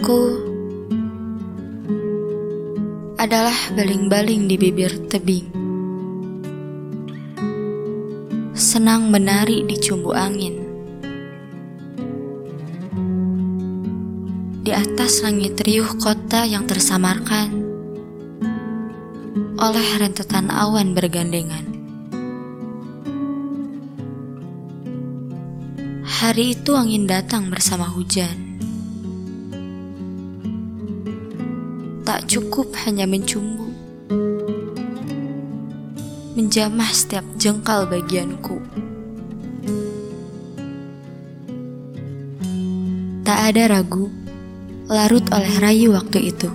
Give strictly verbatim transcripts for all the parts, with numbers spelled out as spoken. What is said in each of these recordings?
Aku adalah baling-baling di bibir tebing, senang menari di cumbu angin. Di atas langit riuh kota yang tersamarkan oleh rentetan awan bergandengan. Hari itu angin datang bersama hujan. Tak cukup hanya mencumbu, menjamah setiap jengkal bagianku. Tak ada ragu, larut oleh rayu waktu itu.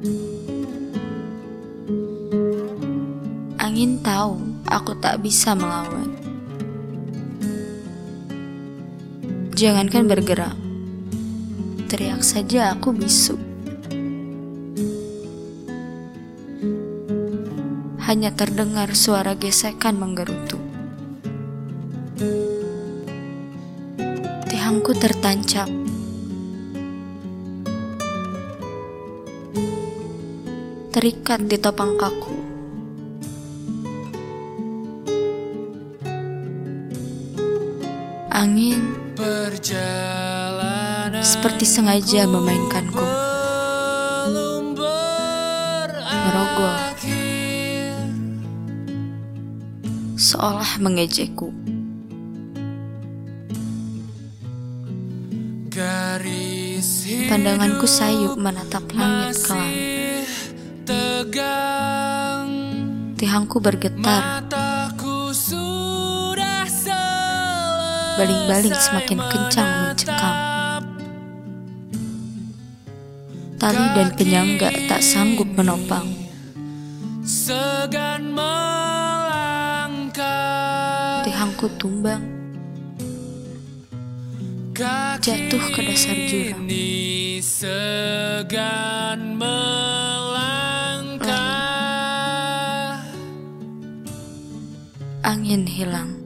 Angin tahu aku tak bisa melawan. Jangankan bergerak, teriak saja aku bisu. Hanya terdengar suara gesekan menggerutu. Tihangku tertancap. Terikat di topang kaku. Angin seperti sengaja memainkanku, merogoh, seolah mengejekku. Pandanganku sayu menatap langit kelam. Tihangku bergetar. Baling-baling semakin kencang mencekam. Tali dan penyangga tak sanggup menopang. Tihangku tumbang, jatuh ke dasar jurang. Lalu angin hilang.